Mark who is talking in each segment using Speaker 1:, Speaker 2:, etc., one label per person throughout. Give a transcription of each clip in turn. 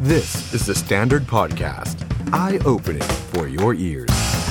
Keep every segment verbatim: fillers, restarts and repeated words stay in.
Speaker 1: This is the Standard Podcast. Eye-opening for your ears.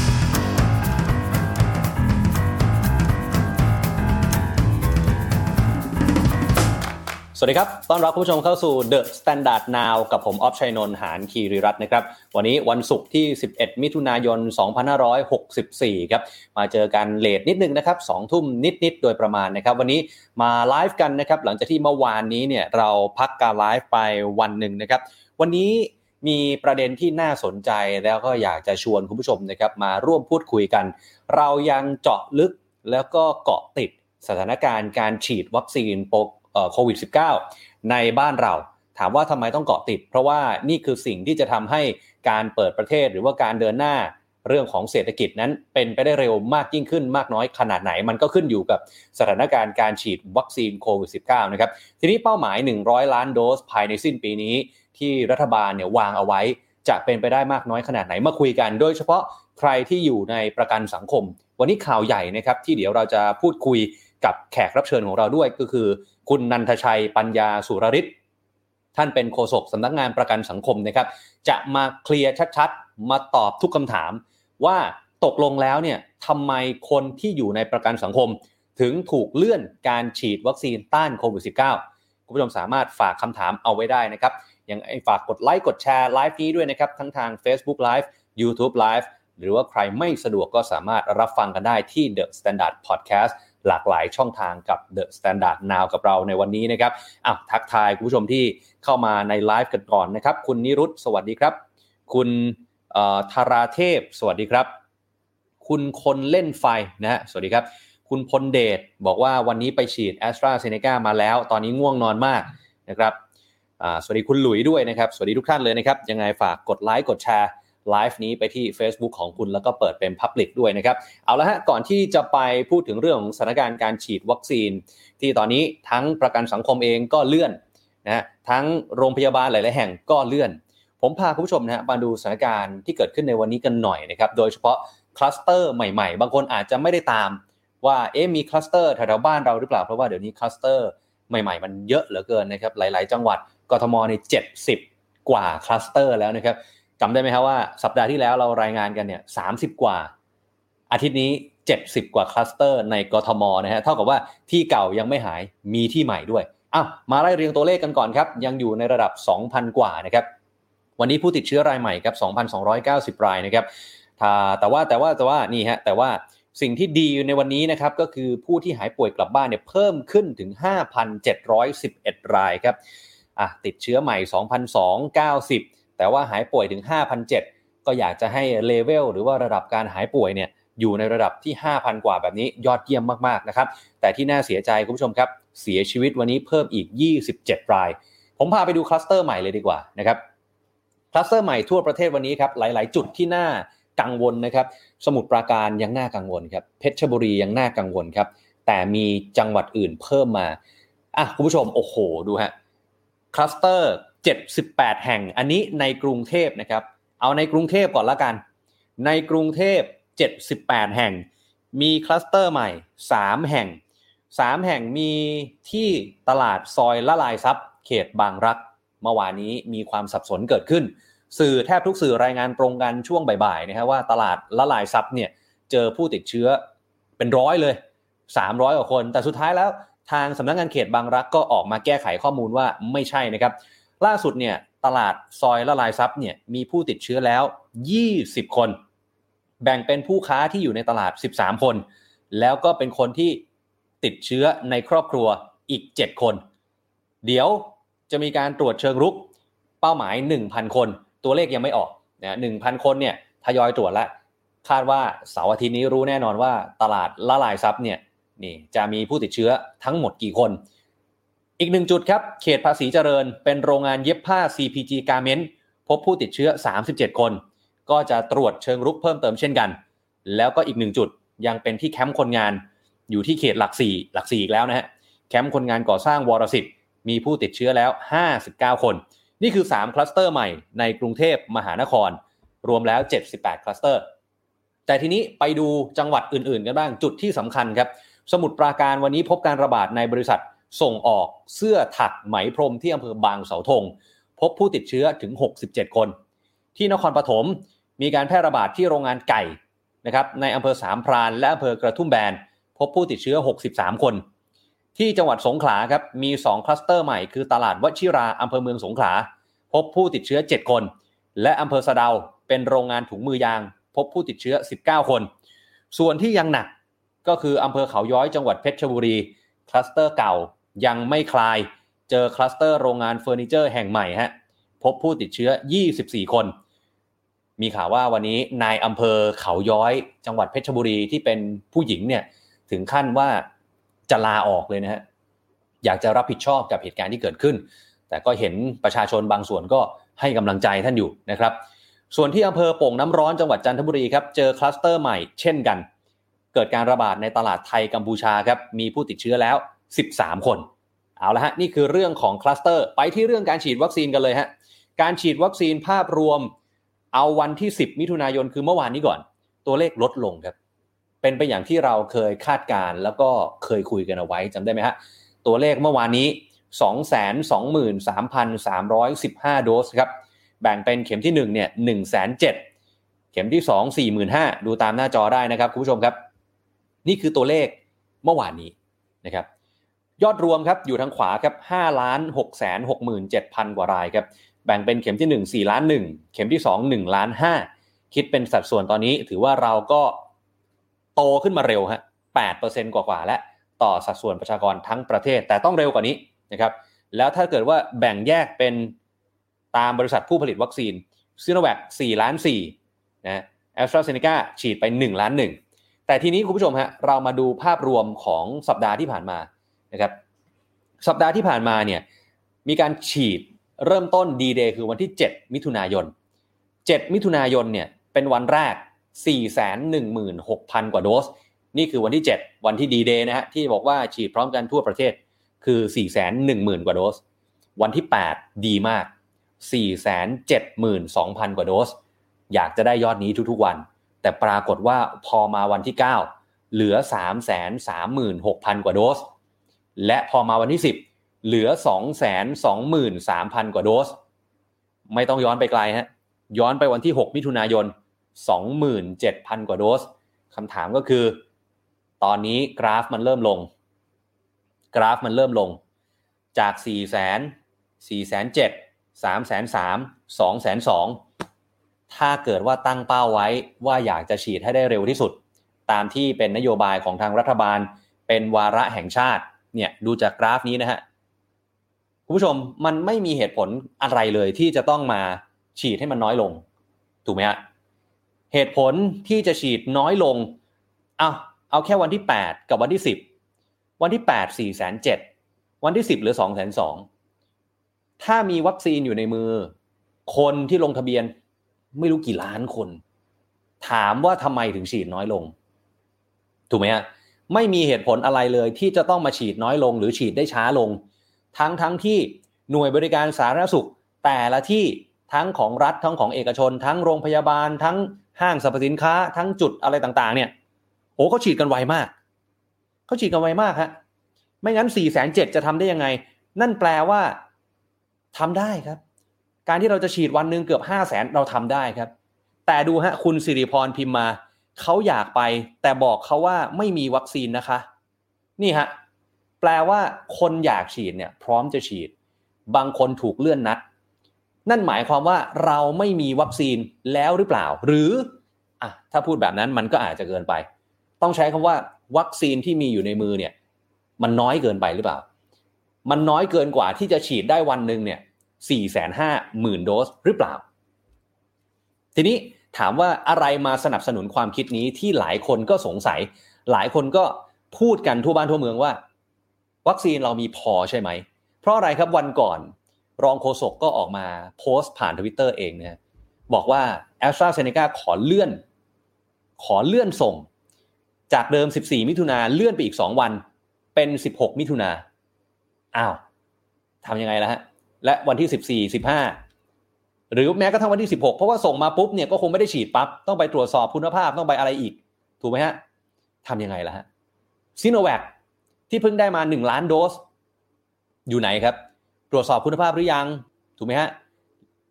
Speaker 2: สวัสดีครับต้อนรับคุณผู้ชมเข้าสู่ The Standard Now กับผมออฟชัยนนท์หานคีรีรัตน์นะครับวันนี้วันศุกร์ที่สิบเอ็ดมิถุนายนสองพันห้าร้อยหกสิบสี่ครับมาเจอกันเลทนิดนึงนะครับสองทุ่มนิดๆโดยประมาณนะครับวันนี้มาไลฟ์กันนะครับหลังจากที่เมื่อวานนี้เนี่ยเราพักการไลฟ์ไปวันนึงนะครับวันนี้มีประเด็นที่น่าสนใจแล้วก็อยากจะชวนคุณผู้ชมนะครับมาร่วมพูดคุยกันเรายังเจาะลึกแล้วก็เกาะติดสถานการณ์การฉีดวัคซีนโควิด สิบเก้า ในบ้านเราถามว่าทำไมต้องเกาะติดเพราะว่านี่คือสิ่งที่จะทำให้การเปิดประเทศหรือว่าการเดินหน้าเรื่องของเศรษฐกิจนั้นเป็นไปได้เร็วมากยิ่งขึ้นมากน้อยขนาดไหนมันก็ขึ้นอยู่กับสถานการณ์การฉีดวัคซีนโควิด สิบเก้า นะครับทีนี้เป้าหมายหนึ่งร้อยล้านโดสภายในสิ้นปีนี้ที่รัฐบาลเนี่ยวางเอาไว้จะเป็นไปได้มากน้อยขนาดไหนมาคุยกันโดยเฉพาะใครที่อยู่ในประกันสังคมวันนี้ข่าวใหญ่นะครับที่เดี๋ยวเราจะพูดคุยกับแขกรับเชิญของเราด้วยก็คือคุณนันทชัยปัญญาสุรฤทธิ์ท่านเป็นโฆษกสำนักงานประกันสังคมนะครับจะมาเคลียร์ชัดๆมาตอบทุกคำถามว่าตกลงแล้วเนี่ยทำไมคนที่อยู่ในประกันสังคมถึงถูกเลื่อนการฉีดวัคซีนต้านโควิด สิบเก้า คุณผู้ชมสามารถฝากคำถามเอาไว้ได้นะครับยังฝากกดไลค์กดแชร์ไลฟ์นี้ด้วยนะครับทั้งทาง Facebook Live YouTube Live หรือว่าใครไม่สะดวกก็สามารถรับฟังกันได้ที่ The Standard Podcastหลากหลายช่องทางกับ The Standard Now กับเราในวันนี้นะครับอ้าวทักทายคุณผู้ชมที่เข้ามาในไลฟ์กันก่อนนะครับคุณนิรุตสวัสดีครับคุณเอ่อธาราเทพสวัสดีครับคุณคนเล่นไฟนะฮะสวัสดีครับคุณพลเดชบอกว่าวันนี้ไปฉีด AstraZeneca มาแล้วตอนนี้ง่วงนอนมากนะครับอ่าสวัสดีคุณหลุยด้วยนะครับสวัสดีทุกท่านเลยนะครับยังไงฝากกดไลค์กดแชร์ไลฟ์นี้ไปที่ Facebook ของคุณแล้วก็เปิดเป็น Public ด้วยนะครับเอาละฮะก่อนที่จะไปพูดถึงเรื่องของสถานการณ์การฉีดวัคซีนที่ตอนนี้ทั้งประกันสังคมเองก็เลื่อนนะทั้งโรงพยาบาลหลายๆแห่งก็เลื่อนผมพาคุณผู้ชมนะมาดูสถานการณ์ที่เกิดขึ้นในวันนี้กันหน่อยนะครับโดยเฉพาะคลัสเตอร์ใหม่ๆบางคนอาจจะไม่ได้ตามว่าเอ๊ะมีคลัสเตอร์แถวๆบ้านเราหรือเปล่าเพราะว่าเดี๋ยวนี้คลัสเตอร์ใหม่ๆมันเยอะเหลือเกินนะครับหลายๆจังหวัดกทมในเจ็ดสิบกว่าคลัสเตอร์แล้วนะครับจำได้ไหมครับว่าสัปดาห์ที่แล้วเรารายงานกันเนี่ยสามสิบกว่าอาทิตย์นี้เจ็ดสิบกว่าคลัสเตอร์ในกทมนะฮะเท่ากับว่าที่เก่ายังไม่หายมีที่ใหม่ด้วยอ้าวมาไล่เรียงตัวเลขกันก่อนครับยังอยู่ในระดับ สองพัน กว่านะครับวันนี้ผู้ติดเชื้อรายใหม่ครับ สองพันสองร้อยเก้าสิบ รายนะครับแต่ว่าแต่ว่าแต่ว่านี่ฮะแต่ว่าสิ่งที่ดีในวันนี้นะครับก็คือผู้ที่หายป่วยกลับบ้านเนี่ยเพิ่มขึ้นถึง ห้าพันเจ็ดร้อยสิบเอ็ด รายครับอ่ะติดเชื้อใหม่ สองพันสองร้อยเก้าสิบแต่ว่าหายป่วยถึง ห้าพันเจ็ดร้อย ก็อยากจะให้เลเวลหรือว่าระดับการหายป่วยเนี่ยอยู่ในระดับที่ ห้าพัน กว่าแบบนี้ยอดเยี่ยมมากๆนะครับแต่ที่น่าเสียใจคุณผู้ชมครับเสียชีวิตวันนี้เพิ่มอีกยี่สิบเจ็ดรายผมพาไปดูคลัสเตอร์ใหม่เลยดีกว่านะครับคลัสเตอร์ใหม่ทั่วประเทศวันนี้ครับหลายๆจุดที่น่ากังวลนะครับสมุทรปราการยังน่ากังวลครับเพชรบุรียังน่ากังวลครับแต่มีจังหวัดอื่นเพิ่มมาอ่ะคุณผู้ชมโอ้โหดูฮะคลัสเตอร์เจ็ดสิบแปดแห่งอันนี้ในกรุงเทพนะครับเอาในกรุงเทพก่อนละกันในกรุงเทพเจ็ดสิบแปดแห่งมีคลัสเตอร์ใหม่สามแห่งสามแห่งมีที่ตลาดซอยละลายซับเขตบางรักเมื่อวานนี้มีความสับสนเกิดขึ้นสื่อแทบทุกสื่อรายงานตรงกันช่วงบ่ายๆนะฮะว่าตลาดละลายซับเนี่ยเจอผู้ติดเชื้อเป็นร้อยเลยสามร้อยกว่าคนแต่สุดท้ายแล้วทางสำนักงานเขตบางรักก็ออกมาแก้ไขข้อมูลว่าไม่ใช่นะครับล่าสุดเนี่ยตลาดซอยละลายซับเนี่ยมีผู้ติดเชื้อแล้วยี่สิบคนแบ่งเป็นผู้ค้าที่อยู่ในตลาดสิบสามคนแล้วก็เป็นคนที่ติดเชื้อในครอบครัวอีกเจ็ดคนเดี๋ยวจะมีการตรวจเชิงรุกเป้าหมาย หนึ่งพัน คนตัวเลขยังไม่ออกนะ หนึ่งพัน คนเนี่ยทยอยตรวจแล้วคาดว่าเสาร์อาทิตย์นี้รู้แน่นอนว่าตลาดละลายซับเนี่ยนี่จะมีผู้ติดเชื้อทั้งหมดกี่คนอีกหนึ่งจุดครับเขตภาษีเจริญเป็นโรงงานเย็บผ้า ซี พี จี Garment พบผู้ติดเชื้อสามสิบเจ็ดคนก็จะตรวจเชิงรุกเพิ่มเติมเช่นกันแล้วก็อีกหนึ่งจุดยังเป็นที่แคมป์คนงานอยู่ที่เขตหลักสี่หลักสี่อีกแล้วนะฮะแคมป์คนงานก่อสร้างวรสิทธิ์มีผู้ติดเชื้อแล้วห้าสิบเก้าคนนี่คือสามคลัสเตอร์ใหม่ในกรุงเทพมหานครรวมแล้วเจ็ดสิบแปดคลัสเตอร์แต่ทีนี้ไปดูจังหวัดอื่นๆกันบ้างจุดที่สำคัญครับสมุทรปราการวันนี้พบการระบาดในบริษัทส่งออกเสื้อถักไหมพรมที่อำเภอบางเสาธงพบผู้ติดเชื้อถึงหกสิบเจ็ดคนที่นครปฐมมีการแพร่ระบาดที่โรงงานไก่นะครับในอำเภอสามพรานและอำเภอกระทุ่มแบนพบผู้ติดเชื้อหกสิบสามคนที่จังหวัดสงขลาครับมีสองคลัสเตอร์ใหม่คือตลาดวชิราอำเภอเมืองสงขลาพบผู้ติดเชื้อเจ็ดคนและอำเภอสะเดาเป็นโรงงานถุงมือยางพบผู้ติดเชื้อสิบเก้าคนส่วนที่ยังหนักก็คืออำเภอเขาย้อยจังหวัดเพชรบุรีคลัสเตอร์เก่ายังไม่คลายเจอคลัสเตอร์โรงงานเฟอร์นิเจอร์แห่งใหม่ฮะพบผู้ติดเชื้อยี่สิบสี่คนมีข่าวว่าวันนี้นายอำเภอเขาย้อยจังหวัดเพชรบุรีที่เป็นผู้หญิงเนี่ยถึงขั้นว่าจะลาออกเลยนะฮะอยากจะรับผิดชอบกับเหตุการณ์ที่เกิดขึ้นแต่ก็เห็นประชาชนบางส่วนก็ให้กำลังใจท่านอยู่นะครับส่วนที่อำเภอโป่งน้ำร้อนจังหวัดจันทบุรีครับเจอคลัสเตอร์ใหม่เช่นกันเกิดการระบาดในตลาดไทยกัมพูชาครับมีผู้ติดเชื้อแล้วสิบสามคนเอาละฮะนี่คือเรื่องของคลัสเตอร์ไปที่เรื่องการฉีดวัคซีนกันเลยฮะการฉีดวัคซีนภาพรวมเอาวันที่สิบมิถุนายนคือเมื่อวานนี้ก่อนตัวเลขลดลงครับเป็นไปอย่างที่เราเคยคาดการณ์แล้วก็เคยคุยกันเอาไว้จำได้ไหมฮะตัวเลขเมื่อวานนี้ สองแสนสองหมื่นสามพันสามร้อยสิบห้า โดสครับแบ่งเป็นเข็มที่หนึ่งเนี่ย หนึ่งแสนเจ็ดหมื่น เข็มที่สอง สี่หมื่นห้าพัน ดูตามหน้าจอได้นะครับคุณผู้ชมครับนี่คือตัวเลขเมื่อวานนี้นะครับยอดรวมครับอยู่ทางขวาครับ ห้าล้านหกแสนหกหมื่นเจ็ดพัน กว่ารายครับแบ่งเป็นเข็มที่หนึ่ง สี่ล้านหนึ่ง เข็มที่สอง หนึ่งล้านห้าคิดเป็นสัดส่วนตอนนี้ถือว่าเราก็โตขึ้นมาเร็วฮะ แปดเปอร์เซ็นต์ กว่าๆและต่อสัดส่วนประชากรทั้งประเทศแต่ต้องเร็วกว่านี้นะครับแล้วถ้าเกิดว่าแบ่งแยกเป็นตามบริษัทผู้ผลิตวัคซีนซิโนแวค สี่ล้านสี่นะ AstraZeneca ฉีดไปหนึ่งล้านหนึ่งแต่ทีนี้คุณผู้ชมฮะเรามาดูภาพรวมของสัปดาห์ที่ผ่านมานะครับสัปดาห์ที่ผ่านมาเนี่ยมีการฉีดเริ่มต้น D-Day คือวันที่เจ็ดมิถุนายนเจ็ดมิถุนายนเนี่ยเป็นวันแรก สี่แสนหนึ่งหมื่นหกพัน กว่าโดสนี่คือวันที่เจ็ดวันที่ D-Day นะฮะที่บอกว่าฉีดพร้อมกันทั่วประเทศคือ สี่แสนหนึ่งหมื่น กว่าโดสวันที่แปดดีมาก สี่แสนเจ็ดหมื่นสองพัน กว่าโดสอยากจะได้ยอดนี้ทุกๆวันแต่ปรากฏว่าพอมาวันที่เก้าเหลือ สามแสนสามหมื่นหกพัน กว่าโดสและพอมาวันที่สิบเหลือ สองแสนสองหมื่นสามพัน กว่าโดสไม่ต้องย้อนไปไกลฮะย้อนไปวันที่หกมิถุนายน สองหมื่นเจ็ดพัน กว่าโดสคำถามก็คือตอนนี้กราฟมันเริ่มลงกราฟมันเริ่มลงจาก สี่แสน สี่แสนเจ็ดหมื่น สามแสนสามหมื่น สองแสนสองหมื่นถ้าเกิดว่าตั้งเป้าไว้ว่าอยากจะฉีดให้ได้เร็วที่สุดตามที่เป็นนโยบายของทางรัฐบาลเป็นวาระแห่งชาติเนี่ยดูจากกราฟนี้นะฮะคุณผู้ชมมันไม่มีเหตุผลอะไรเลยที่จะต้องมาฉีดให้มันน้อยลงถูกไหมฮะเหตุผลที่จะฉีดน้อยลงเอาเอาแค่วันที่แปดกับวันที่สิบวันที่แปด สี่แสนเจ็ดหมื่น วันที่สิบเหลือ สองแสนสองหมื่น ถ้ามีวัคซีนอยู่ในมือคนที่ลงทะเบียนไม่รู้กี่ล้านคนถามว่าทำไมถึงฉีดน้อยลงถูกไหมฮะไม่มีเหตุผลอะไรเลยที่จะต้องมาฉีดน้อยลงหรือฉีดได้ช้าลงทั้งทั้งที่หน่วยบริการสาธารณสุขแต่ละที่ทั้งของรัฐทั้งของเอกชนทั้งโรงพยาบาลทั้งห้างสรรพสินค้าทั้งจุดอะไรต่างๆเนี่ยโอ้เขาฉีดกันไวมากเขาฉีดกันไวมากฮะไม่งั้น สี่แสนเจ็ดหมื่น จะทำได้ยังไงนั่นแปลว่าทำได้ครับการที่เราจะฉีดวันนึงเกือบ ห้าแสน เราทำได้ครับแต่ดูฮะคุณสิริพรพิมพ์มาเขาอยากไปแต่บอกเขาว่าไม่มีวัคซีนนะคะนี่ฮะแปลว่าคนอยากฉีดเนี่ยพร้อมจะฉีดบางคนถูกเลื่อนนัดนั่นหมายความว่าเราไม่มีวัคซีนแล้วหรือเปล่าหรืออ่ะถ้าพูดแบบนั้นมันก็อาจจะเกินไปต้องใช้คำว่าวัคซีนที่มีอยู่ในมือเนี่ยมันน้อยเกินไปหรือเปล่ามันน้อยเกินกว่าที่จะฉีดได้วันนึงเนี่ย สี่แสนห้าหมื่น โดสหรือเปล่าทีนี้ถามว่าอะไรมาสนับสนุนความคิดนี้ที่หลายคนก็สงสัยหลายคนก็พูดกันทั่วบ้านทั่วเมืองว่าวัคซีนเรามีพอใช่ไหมเพราะอะไรครับวันก่อนรองโฆษกก็ออกมาโพสต์ผ่าน Twitter เองนะบอกว่า AstraZeneca ขอเลื่อนขอเลื่อนส่งจากเดิมสิบสี่มิถุนายนเลื่อนไปอีกสองวันเป็นสิบหกมิถุนายนอ้าวทำยังไงล่ะฮะและวันที่สิบสี่ สิบห้าหรือแม้กระทั่งวันที่สิบหกเพราะว่าส่งมาปุ๊บเนี่ยก็คงไม่ได้ฉีดปั๊บต้องไปตรวจสอบคุณภาพต้องไปอะไรอีกถูกไหมฮะทำยังไงล่ะฮะซิโนแวคที่เพิ่งได้มาหนึ่งล้านโดสอยู่ไหนครับตรวจสอบคุณภาพหรือยังถูกไหมฮะ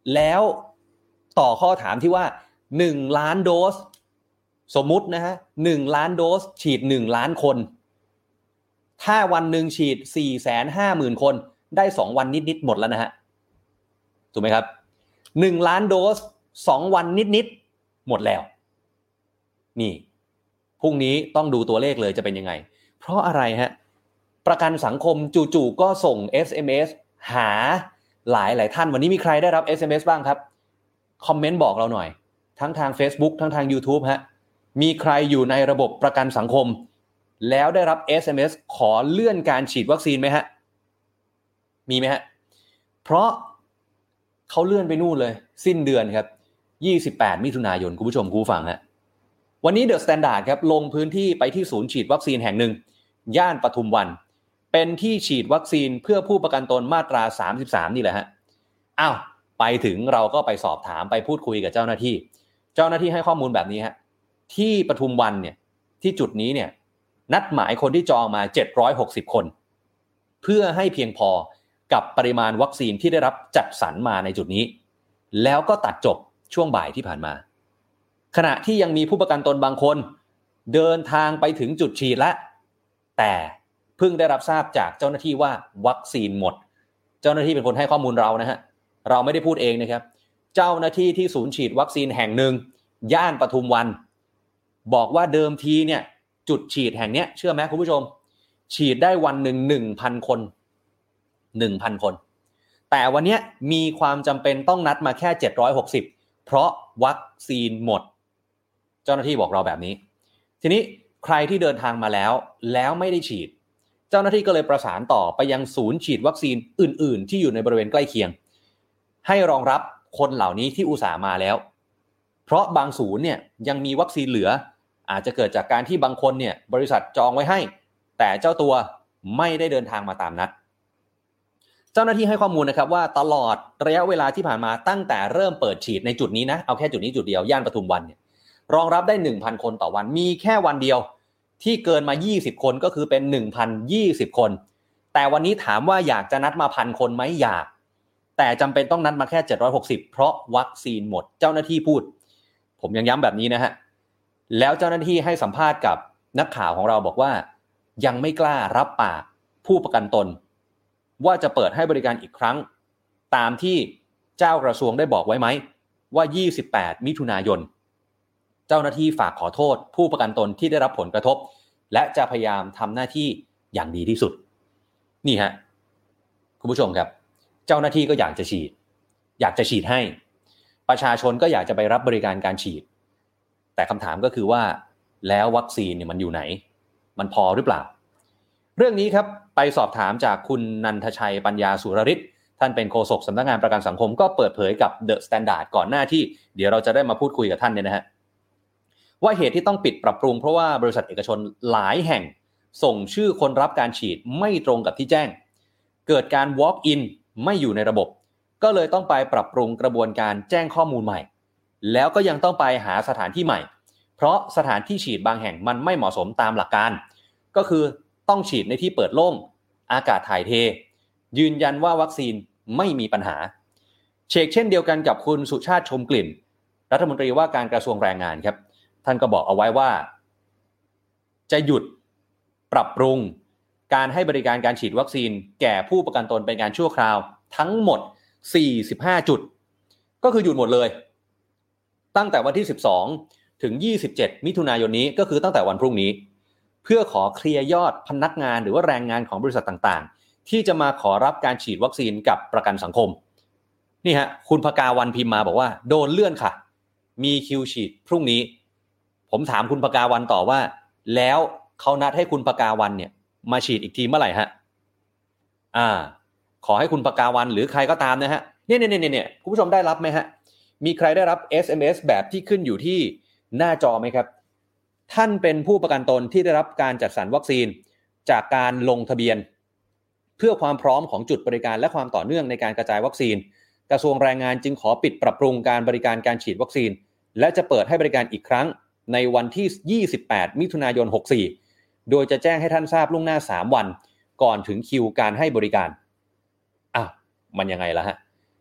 Speaker 2: แล้วต่อข้อถามที่ว่าหนึ่งล้านโดสสมมุตินะฮะหนึ่งล้านโดสฉีดหนึ่งล้านคนถ้าวันนึงฉีด สี่แสนห้าหมื่น คนได้สองวันนิดๆหมดแล้วนะฮะถูกไหมครับหนึ่งล้านโดสสองวันนิดๆหมดแล้วนี่พรุ่งนี้ต้องดูตัวเลขเลยจะเป็นยังไงเพราะอะไรฮะประกันสังคมจู่ๆก็ส่ง เอส เอ็ม เอส หาหลายหลายท่านวันนี้มีใครได้รับ เอส เอ็ม เอส บ้างครับคอมเมนต์บอกเราหน่อยทั้งทาง Facebook ทั้งทาง YouTube ฮะมีใครอยู่ในระบบประกันสังคมแล้วได้รับ เอส เอ็ม เอส ขอเลื่อนการฉีดวัคซีนไหมฮะมีไหมฮะเพราะเขาเลื่อนไปนู่นเลยสิ้นเดือนครับยี่สิบแปดมิถุนายนคุณผู้ชมคุณผู้ฟังฮะวันนี้ The Standard ครับลงพื้นที่ไปที่ศูนย์ฉีดวัคซีนแห่งหนึ่งย่านปทุมวันเป็นที่ฉีดวัคซีนเพื่อผู้ประกันตนมาตราสามสิบสามนี่แหละฮะอ้าวไปถึงเราก็ไปสอบถามไปพูดคุยกับเจ้าหน้าที่เจ้าหน้าที่ให้ข้อมูลแบบนี้ฮะที่ปทุมวันเนี่ยที่จุดนี้เนี่ยนัดหมายคนที่จองมาเจ็ดร้อยหกสิบคนเพื่อให้เพียงพอกับปริมาณวัคซีนที่ได้รับจัดสรรมาในจุดนี้แล้วก็ตัดจบช่วงบ่ายที่ผ่านมาขณะที่ยังมีผู้ประกันตนบางคนเดินทางไปถึงจุดฉีดแล้วแต่เพิ่งได้รับทราบจากเจ้าหน้าที่ว่าวัคซีนหมดเจ้าหน้าที่เป็นคนให้ข้อมูลเรานะฮะเราไม่ได้พูดเองนะครับเจ้าหน้าที่ที่ศูนย์ฉีดวัคซีนแห่งหนึ่งย่านปทุมวันบอกว่าเดิมทีเนี่ยจุดฉีดแห่งเนี้ยเชื่อไหมคุณผู้ชมฉีดได้วันหนึ่ง หนึ่งพัน คน หนึ่งพัน คนแต่วันนี้มีความจำเป็นต้องนัดมาแค่เจ็ดร้อยหกสิบเพราะวัคซีนหมดเจ้าหน้าที่บอกเราแบบนี้ทีนี้ใครที่เดินทางมาแล้วแล้วไม่ได้ฉีดเจ้าหน้าที่ก็เลยประสานต่อไปยังศูนย์ฉีดวัคซีนอื่นๆที่อยู่ในบริเวณใกล้เคียงให้รองรับคนเหล่านี้ที่อุตส่าห์มาแล้วเพราะบางศูนย์เนี่ยยังมีวัคซีนเหลืออาจจะเกิดจากการที่บางคนเนี่ยบริษัทจองไว้ให้แต่เจ้าตัวไม่ได้เดินทางมาตามนัดเจ้าหน้าที่ให้ข้อมูลนะครับว่าตลอดระยะเวลาที่ผ่านมาตั้งแต่เริ่มเปิดฉีดในจุดนี้นะเอาแค่จุดนี้จุดเดียวย่านปทุมวันเนี่ยรองรับได้ หนึ่งพัน คนต่อวันมีแค่วันเดียวที่เกินมายี่สิบคนก็คือเป็น หนึ่งพันยี่สิบ คนแต่วันนี้ถามว่าอยากจะนัดมาพันคนไหมอยากแต่จำเป็นต้องนัดมาแค่เจ็ดร้อยหกสิบเพราะวัคซีนหมดเจ้าหน้าที่พูดผมยังย้ำแบบนี้นะฮะแล้วเจ้าหน้าที่ให้สัมภาษณ์กับนักข่าวของเราบอกว่ายังไม่กล้ารับปากผู้ประกันตนว่าจะเปิดให้บริการอีกครั้งตามที่เจ้ากระทรวงได้บอกไว้ไหมว่ายี่สิบแปดมิถุนายนเจ้าหน้าที่ฝากขอโทษผู้ประกันตนที่ได้รับผลกระทบและจะพยายามทำหน้าที่อย่างดีที่สุดนี่ฮะคุณผู้ชมครับเจ้าหน้าที่ก็อยากจะฉีดอยากจะฉีดให้ประชาชนก็อยากจะไปรับบริการการฉีดแต่คำถามก็คือว่าแล้ววัคซีนเนี่ยมันอยู่ไหนมันพอหรือเปล่าเรื่องนี้ครับไปสอบถามจากคุณนันทชัยปัญญาสุรฤทธิ์ท่านเป็นโฆษกสำนักงานประกันสังคมก็เปิดเผยกับ The Standard ก่อนหน้าที่เดี๋ยวเราจะได้มาพูดคุยกับท่านเนี่ยนะฮะว่าเหตุที่ต้องปิดปรับปรุงเพราะว่าบริษัทเอกชนหลายแห่งส่งชื่อคนรับการฉีดไม่ตรงกับที่แจ้งเกิดการ walk in ไม่อยู่ในระบบก็เลยต้องไปปรับปรุงกระบวนการแจ้งข้อมูลใหม่แล้วก็ยังต้องไปหาสถานที่ใหม่เพราะสถานที่ฉีดบางแห่งมันไม่เหมาะสมตามหลักการก็คือต้องฉีดในที่เปิดโล่งอากาศถ่ายเทยืนยันว่าวัคซีนไม่มีปัญหาเชกเช่นเดียวกันกับคุณสุชาติชมกลิ่นรัฐมนตรีว่าการกระทรวงแรงงานครับท่านก็บอกเอาไว้ว่าจะหยุดปรับปรุงการให้บริการการฉีดวัคซีนแก่ผู้ประกันตนเป็นการชั่วคราวทั้งหมดสี่สิบห้าจุดก็คือหยุดหมดเลยตั้งแต่วันที่สิบสองถึงยี่สิบเจ็ดมิถุนายนนี้ก็คือตั้งแต่วันพรุ่งนี้เพื่อขอเคลียร์ยอดพนักงานหรือว่าแรงงานของบริษัทต่างๆที่จะมาขอรับการฉีดวัคซีนกับประกันสังคมนี่ฮะคุณภกาวันพิมพ์มาบอกว่าโดนเลื่อนค่ะมีคิวฉีดพรุ่งนี้ผมถามคุณภกาวันต่อว่าแล้วเขานัดให้คุณภกาวันเนี่ยมาฉีดอีกทีเมื่อไหร่ฮะอ่าขอให้คุณภกาวันหรือใครก็ตามนะฮะเนี่ยๆๆๆคุณผู้ชมได้รับไหมฮะมีใครได้รับ เอส เอ็ม เอส แบบที่ขึ้นอยู่ที่หน้าจอไหมครับท่านเป็นผู้ประกันตนที่ได้รับการจัดสรรวัคซีนจากการลงทะเบียนเพื่อความพร้อมของจุดบริการและความต่อเนื่องในการกระจายวัคซีนกระทรวงแรงงานจึงขอปิดปรับปรุงการบริการการฉีดวัคซีนและจะเปิดให้บริการอีกครั้งในวันที่ยี่สิบแปดมิถุนายนหกสิบสี่โดยจะแจ้งให้ท่านทราบล่วงหน้าสามวันก่อนถึงคิวการให้บริการอ้าวมันยังไงล่ะฮะ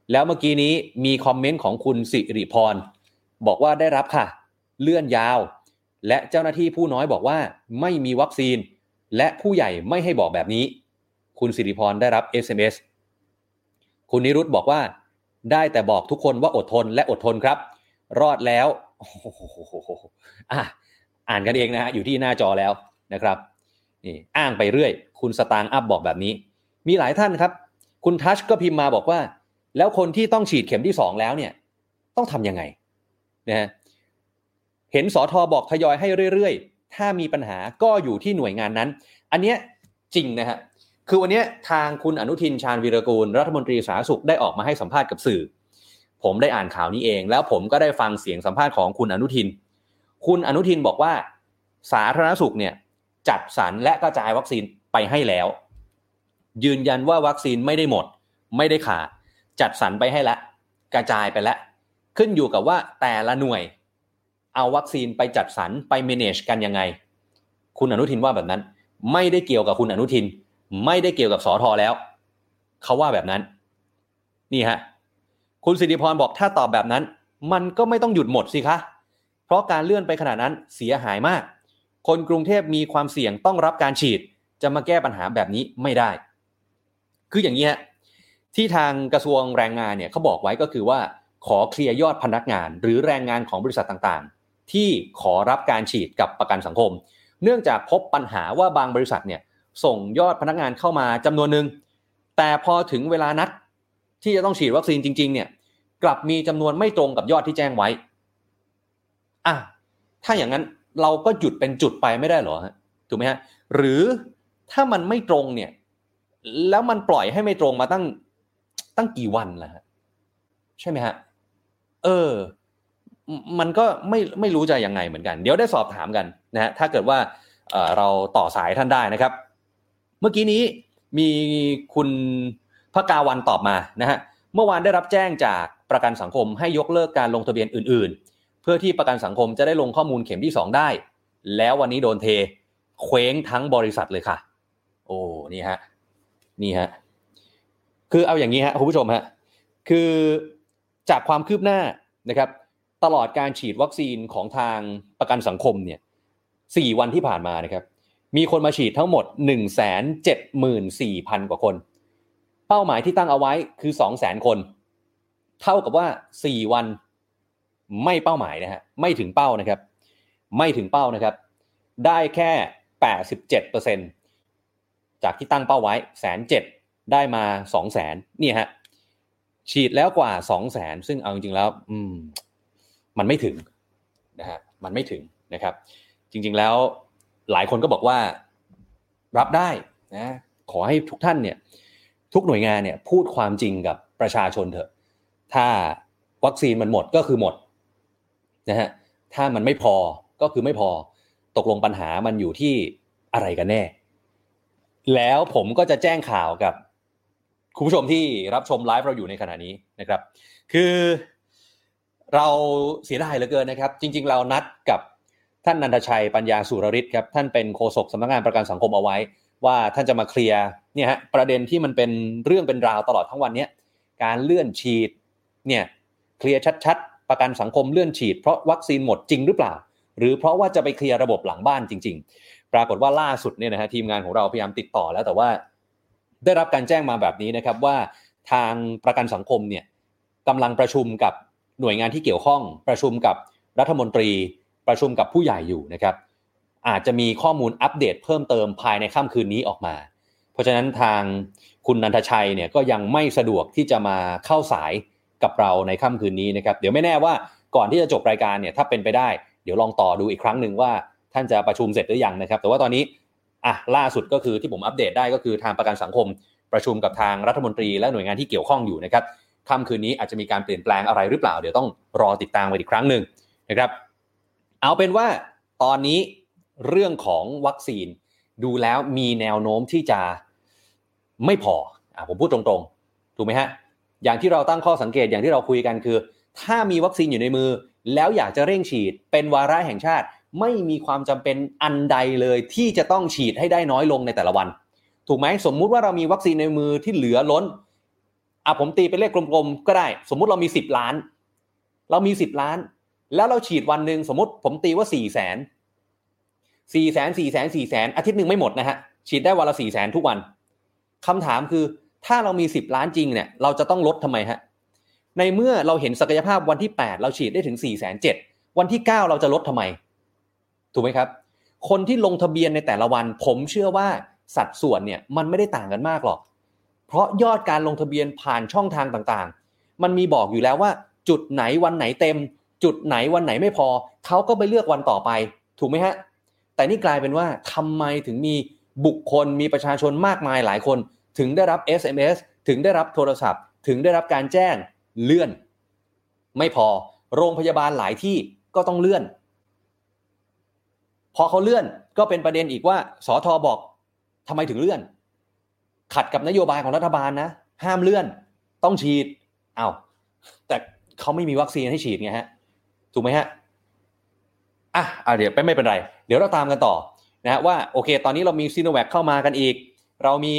Speaker 2: แล้วเมื่อกี้นี้มีคอมเมนต์ของคุณสิริพรบอกว่าได้รับค่ะเลื่อนยาวและเจ้าหน้าที่ผู้น้อยบอกว่าไม่มีวัคซีนและผู้ใหญ่ไม่ให้บอกแบบนี้คุณสิริพรได้รับ เอส เอ็ม เอส คุณนิรุตบอกว่าได้แต่บอกทุกคนว่าอดทนและอดทนครับรอดแล้วโอ้โหอ่ะอ่านกันเองนะฮะอยู่ที่หน้าจอแล้วนะครับนี่อ้างไปเรื่อยคุณสตางค์อัพบอกแบบนี้มีหลายท่านครับคุณทัชก็พิมพ์มาบอกว่าแล้วคนที่ต้องฉีดเข็มที่สองแล้วเนี่ยต้องทำยังไงนะฮะเห็นสทบอกทยอยให้เรื่อยๆถ้ามีปัญหาก็อยู่ที่หน่วยงานนั้นอันเนี้ยจริงนะฮะคือวันนี้ทางคุณอนุทินชาญวีรกูลรัฐมนตรีสาธารณสุขได้ออกมาให้สัมภาษณ์กับสื่อผมได้อ่านข่าวนี้เองแล้วผมก็ได้ฟังเสียงสัมภาษณ์ของคุณอนุทินคุณอนุทินบอกว่าสาธารณสุขเนี่ยจัดสรรและกระจายวัคซีนไปให้แล้วยืนยันว่าวัคซีนไม่ได้หมดไม่ได้ขาดจัดสรรไปให้แล้วกระจายไปแล้วขึ้นอยู่กับว่าแต่ละหน่วยเอาวัคซีนไปจัดสรรไป manage กันยังไงคุณอนุทินว่าแบบนั้นไม่ได้เกี่ยวกับคุณอนุทินไม่ได้เกี่ยวกับสทแล้วเขาว่าแบบนั้นนี่ฮะคุณสิริพรบอกถ้าตอบแบบนั้นมันก็ไม่ต้องหยุดหมดสิคะเพราะการเลื่อนไปขนาดนั้นเสียหายมากคนกรุงเทพมีความเสี่ยงต้องรับการฉีดจะมาแก้ปัญหาแบบนี้ไม่ได้คืออย่างนี้ฮะที่ทางกระทรวงแรงงานเนี่ยเขาบอกไว้ก็คือว่าขอเคลียร์ยอดพนักงานหรือแรงงานของบริษัทต่างๆที่ขอรับการฉีดกับประกันสังคมเนื่องจากพบปัญหาว่าบางบริษัทเนี่ยส่งยอดพนักงานเข้ามาจำนวนนึงแต่พอถึงเวลานัดที่จะต้องฉีดวัคซีนจริงๆเนี่ยกลับมีจำนวนไม่ตรงกับยอดที่แจ้งไว้อ่ะถ้าอย่างนั้นเราก็หยุดเป็นจุดไปไม่ได้หรอฮะถูกไหมฮะหรือถ้ามันไม่ตรงเนี่ยแล้วมันปล่อยให้ไม่ตรงมาตั้งตั้งกี่วันล่ะฮะใช่ไหมฮะเออมันก็ไม่ไม่รู้จะยังไงเหมือนกันเดี๋ยวได้สอบถามกันนะฮะถ้าเกิดว่าเอ่อเราต่อสายท่านได้นะครับเมื่อกี้นี้มีคุณภกาวันตอบมานะฮะเมื่อวานได้รับแจ้งจากประกันสังคมให้ยกเลิกการลงทะเบียนอื่นๆเพื่อที่ประกันสังคมจะได้ลงข้อมูลเข็มที่สองได้แล้ววันนี้โดนเทเคว้งทั้งบริษัทเลยค่ะโอ้นี่ฮะนี่ฮะคือเอาอย่างนี้ฮะคุณผู้ชมฮะคือจากความคืบหน้านะครับตลอดการฉีดวัคซีนของทางประกันสังคมเนี่ยสี่วันที่ผ่านมานะครับมีคนมาฉีดทั้งหมด หนึ่งแสนเจ็ดหมื่นสี่พัน กว่าคนเป้าหมายที่ตั้งเอาไว้คือ สองแสน คนเท่ากับว่าสี่วันไม่เป้าหมายนะฮะไม่ถึงเป้านะครับไม่ถึงเป้านะครับได้แค่ แปดสิบเจ็ดเปอร์เซ็นต์ จากที่ตั้งเป้าไว้ หนึ่งแสนเจ็ดหมื่น ได้มา สองแสน นี่ฮะฉีดแล้วกว่า สองแสน ซึ่งเอาจริงๆแล้วอืมมันไม่ถึงนะฮะมันไม่ถึงนะครับจริงๆแล้วหลายคนก็บอกว่ารับได้นะขอให้ทุกท่านเนี่ยทุกหน่วยงานเนี่ยพูดความจริงกับประชาชนเถอะถ้าวัคซีนมันหมดก็คือหมดนะฮะถ้ามันไม่พอก็คือไม่พอตกลงปัญหามันอยู่ที่อะไรกันแน่แล้วผมก็จะแจ้งข่าวกับคุณผู้ชมที่รับชมไลฟ์เราอยู่ในขณะนี้นะครับคือเราเสียดายเหลือเกินนะครับจริงๆเรานัดกับท่านนันทชัยปัญญาสุรฤทธิ์ครับท่านเป็นโฆษกสำนักงานประกันสังคมเอาไว้ว่าท่านจะมาเคลียร์เนี่ยฮะประเด็นที่มันเป็นเรื่องเป็นราวตลอดทั้งวันนี้การเลื่อนฉีดเนี่ยเคลียร์ชัดๆประกันสังคมเลื่อนฉีดเพราะวัคซีนหมดจริงหรือเปล่าหรือเพราะว่าจะไปเคลียร์ระบบหลังบ้านจริงๆปรากฏว่าล่าสุดเนี่ยนะฮะทีมงานของเราพยายามติดต่อแล้วแต่ว่าได้รับการแจ้งมาแบบนี้นะครับว่าทางประกันสังคมเนี่ยกำลังประชุมกับหน่วยงานที่เกี่ยวข้องประชุมกับรัฐมนตรีประชุมกับผู้ใหญ่อยู่นะครับอาจจะมีข้อมูลอัปเดตเพิ่มเติมภายในค่ำคืนนี้ออกมาเพราะฉะนั้นทางคุณนันทชัยเนี่ยก็ยังไม่สะดวกที่จะมาเข้าสายกับเราในค่ำคืนนี้นะครับเดี๋ยวไม่แน่ว่าก่อนที่จะจบรายการเนี่ยถ้าเป็นไปได้เดี๋ยวลองต่อดูอีกครั้งนึงว่าท่านจะประชุมเสร็จหรือยังนะครับแต่ว่าตอนนี้อ่ะล่าสุดก็คือที่ผมอัปเดตได้ก็คือทางประกันสังคมประชุมกับทางรัฐมนตรีและหน่วยงานที่เกี่ยวข้องอยู่นะครับค่ำคืนนี้อาจจะมีการเปลี่ยนแปลงอะไรหรือเปล่าเดี๋ยวต้องรอติดตามกันอีกครั้งนึงนะครับเอาเป็นว่าตอนนี้เรื่องของวัคซีนดูแล้วมีแนวโน้มที่จะไม่พออ่ะผมพูดตรงๆถูกไหมฮะอย่างที่เราตั้งข้อสังเกตอย่างที่เราคุยกันคือถ้ามีวัคซีนอยู่ในมือแล้วอยากจะเร่งฉีดเป็นวาระแห่งชาติไม่มีความจำเป็นอันใดเลยที่จะต้องฉีดให้ได้น้อยลงในแต่ละวันถูกไหมสมมุติว่าเรามีวัคซีนในมือที่เหลือล้นอ่ะผมตีเป็นเลขกลมๆก็ได้สมมุติเรามีสิบล้านเรามีสิบล้านแล้วเราฉีดวันนึงสมมุติผมตีว่า สี่แสน สี่แสน สี่แสน สี่แสนอาทิตย์นึงไม่หมดนะฮะฉีดได้วันละ สี่แสน ทุกวันคำถามคือถ้าเรามีสิบล้านจริงเนี่ยเราจะต้องลดทำไมฮะในเมื่อเราเห็นศักยภาพวันที่แปดเราฉีดได้ถึง สี่แสนเจ็ดหมื่น วันที่เก้าเราจะลดทำไมถูกไหมครับคนที่ลงทะเบียนในแต่ละวันผมเชื่อว่าสัดส่วนเนี่ยมันไม่ได้ต่างกันมากหรอกเพราะยอดการลงทะเบียนผ่านช่องทางต่างๆมันมีบอกอยู่แล้วว่าจุดไหนวันไหนเต็มจุดไหนวันไหนไม่พอเขาก็ไปเลือกวันต่อไปถูกไหมฮะแต่นี่กลายเป็นว่าทำไมถึงมีบุคคลมีประชาชนมากมายหลายคนถึงได้รับ เอส เอ็ม เอส ถึงได้รับโทรศัพท์ถึงได้รับการแจ้งเลื่อนไม่พอโรงพยาบาลหลายที่ก็ต้องเลื่อนพอเขาเลื่อนก็เป็นประเด็นอีกว่าสธบอกทำไมถึงเลื่อนขัดกับนโยบายของรัฐบาลนะห้ามเลื่อนต้องฉีดอ้าวแต่เขาไม่มีวัคซีนให้ฉีดไงฮะถูกไหมฮะอ่ะอ่ะเดี๋ยวไม่เป็นไรเดี๋ยวเราตามกันต่อนะฮะว่าโอเคตอนนี้เรามีซิโนแวคเข้ามากันอีกเรามี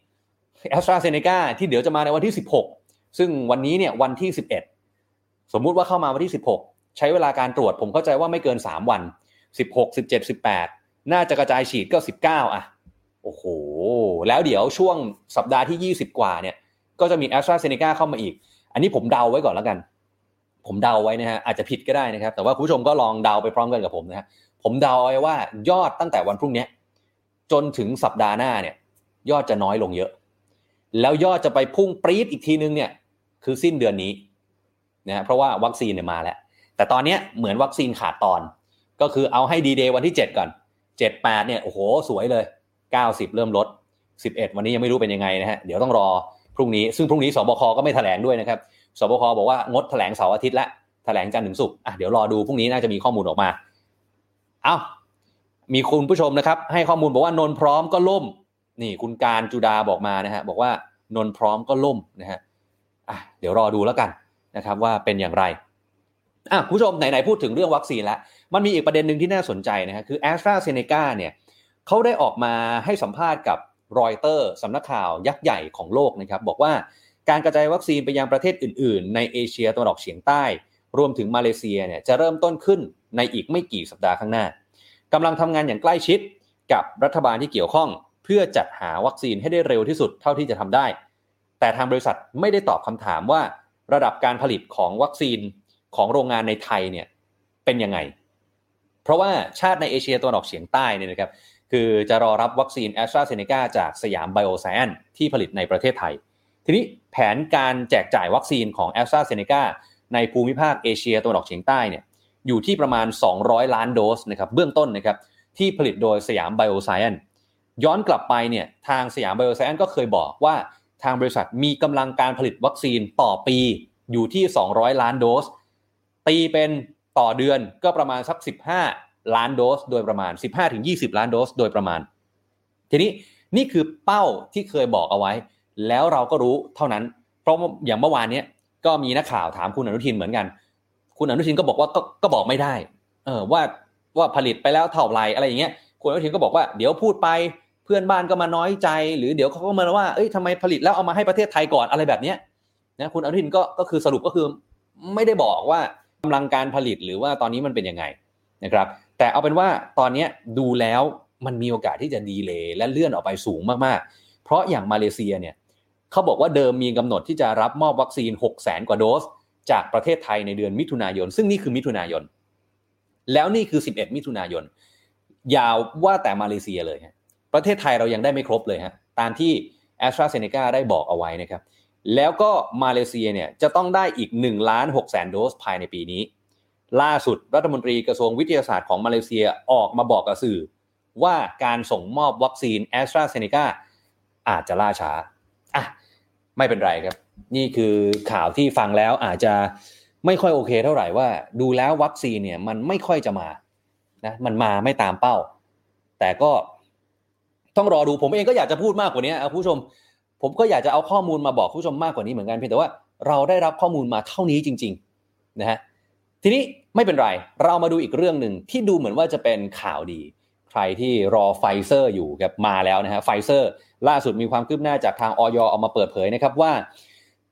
Speaker 2: AstraZeneca ที่เดี๋ยวจะมาในวันที่สิบหกซึ่งวันนี้เนี่ยวันที่สิบเอ็ดสมมุติว่าเข้ามาวันที่สิบหกใช้เวลาการตรวจผมเข้าใจว่าไม่เกินสามวันสิบหก สิบเจ็ด สิบแปดน่าจะกระจายฉีดก็สิบเก้าอ่ะโอ้โหแล้วเดี๋ยวช่วงสัปดาห์ที่ยี่สิบกว่าเนี่ยก็จะมี AstraZeneca เข้ามาอีกอันนี้ผมเดาไว้ก่อนแล้วกันผมเดาไว้นะฮะอาจจะผิดก็ได้นะครับแต่ว่าคุณผู้ชมก็ลองเดาไปพร้อมกันกับผมนะฮะผมเดาไว้ว่ายอดตั้งแต่วันพรุ่งนี้จนถึงสัปดาห์หน้าเนี่ยยอดจะน้อยลงเยอะแล้วยอดจะไปพุ่งปรี๊ดอีกทีนึงเนี่ยคือสิ้นเดือนนี้นะฮะเพราะว่าวัคซีนเนี่ยมาแล้วแต่ตอนนี้เหมือนวัคซีนขาดตอนก็คือเอาให้ดีเดย์วันที่เจ็ดก่อนเจ็ด แปดเนี่ยโอ้โหสวยเลยเก้าสิบเริ่มลดสิบเอ็ดวันนี้ยังไม่รู้เป็นยังไงนะฮะเดี๋ยวต้องรอพรุ่งนี้ซึ่งพรุ่งนี้สบคก็ไม่แถลงด้วยนะครับสบคบอกว่างดแถลงเสาร์อาทิตย์และแถลงจันทร์ถึงศุกร์อ่ะเดี๋ยวรอดูพรุ่งนี้น่าจะมีข้อมูลออกมาเอ้ามีคุณผู้ชมนะครับให้ข้อมูลบอกว่านนท์พร้อมก็ล่มนี่คุณการจุดาบอกมานะฮะบอกว่านนท์พร้อมก็ล่มนะฮะอ่ะเดี๋ยวรอดูแล้วกันนะครับว่าเป็นอย่างไรอ่ะคุณผู้ชมไหนๆพูดถึงเรื่องวัคซีนแล้วมันมีอีกประเด็นนึงที่น่าสนใจนะฮะคือ AstraZeneca เนี่ยเขาได้ออกมาให้สัมภาษณ์กับรอยเตอร์สำนักข่าวยักษ์ใหญ่ของโลกนะครับบอกว่าการกระจายวัคซีนไปยังประเทศอื่นๆในเอเชียตะวันออกเฉียงใต้รวมถึงมาเลเซียเนี่ยจะเริ่มต้นขึ้นในอีกไม่กี่สัปดาห์ข้างหน้ากำลังทำงานอย่างใกล้ชิดกับรัฐบาลที่เกี่ยวข้องเพื่อจัดหาวัคซีนให้ได้เร็วที่สุดเท่าที่จะทำได้แต่ทางบริษัทไม่ได้ตอบคำถามว่าระดับการผลิตของวัคซีนของโรงงานในไทยเนี่ยเป็นยังไงเพราะว่าชาติในเอเชียตะวันออกเฉียงใต้เนี่ยนะครับคือจะรอรับวัคซีน AstraZeneca จากสยามไบโอไซเอนซ์ที่ผลิตในประเทศไทยทีนี้แผนการแจกจ่ายวัคซีนของ AstraZeneca ในภูมิภาคเอเชียตะวันออกเฉียงใต้เนี่ยอยู่ที่ประมาณสองร้อยล้านโดสนะครับเบื้องต้นนะครับที่ผลิตโดยสยามไบโอไซเอนซ์ย้อนกลับไปเนี่ยทางสยามไบโอไซเอนซ์ก็เคยบอกว่าทางบริษัทมีกำลังการผลิตวัคซีนต่อปีอยู่ที่สองร้อยล้านโดสตีเป็นต่อเดือนก็ประมาณสักสิบห้าล้านโดสโดยประมาณ สิบห้าถึงยี่สิบ ล้านโดสโดยประมาณทีนี้นี่คือเป้าที่เคยบอกเอาไว้แล้วเราก็รู้เท่านั้นเพราะอย่างเมื่อวานนี้ก็มีนักข่าวถามคุณอนุทินเหมือนกันคุณอนุทินก็บอกว่าก็ก็บอกไม่ได้เออว่าว่าผลิตไปแล้วเท่าไหร่อะไรอย่างเงี้ยคุณอนุทินก็บอกว่าเดี๋ยวพูดไปเพื่อนบ้านก็มาน้อยใจหรือเดี๋ยวเขาก็มาว่าเอ้ยทำไมผลิตแล้วเอามาให้ประเทศไทยก่อนอะไรแบบเนี้ยนะคุณอนุทินก็ก็คือสรุปก็คือไม่ได้บอกว่ากำลังการผลิตหรือว่าตอนนี้มันเป็นยังไงนะครับแต่เอาเป็นว่าตอนนี้ดูแล้วมันมีโอกาสที่จะดีเลย์และเลื่อนออกไปสูงมากๆเพราะอย่างมาเลเซียเนี่ยเขาบอกว่าเดิมมีกำหนดที่จะรับมอบวัคซีน หกแสน กว่าโดสจากประเทศไทยในเดือนมิถุนายนซึ่งนี่คือมิถุนายนแล้วนี่คือสิบเอ็ดมิถุนายนยาวว่าแต่มาเลเซียเลยฮะประเทศไทยเรายังได้ไม่ครบเลยฮะตามที่ AstraZeneca ได้บอกเอาไว้นะครับแล้วก็มาเลเซียเนี่ยจะต้องได้อีก หนึ่งล้านหกแสน โดสภายในปีนี้ล่าสุดรัฐมนตรีกระทรวงวิทยาศาสตร์ของมาเลเซียออกมาบอกกับสื่อว่าการส่งมอบวัคซีน AstraZeneca อาจจะล่าช้าอ่ะไม่เป็นไรครับนี่คือข่าวที่ฟังแล้วอาจจะไม่ค่อยโอเคเท่าไหร่ว่าดูแล้ววัคซีนเนี่ยมันไม่ค่อยจะมานะมันมาไม่ตามเป้าแต่ก็ต้องรอดูผมเองก็อยากจะพูดมากกว่านี้ผู้ชมผมก็อยากจะเอาข้อมูลมาบอกผู้ชมมากกว่านี้เหมือนกันเพียงแต่ว่าเราได้รับข้อมูลมาเท่านี้จริงๆนะฮะทีนี้ไม่เป็นไรเรามาดูอีกเรื่องหนึ่งที่ดูเหมือนว่าจะเป็นข่าวดีใครที่รอไฟเซอร์อยู่ครับมาแล้วนะฮะไฟเซอร์ล่าสุดมีความคืบหน้าจากทางอย.ออกมาเปิดเผยนะครับว่า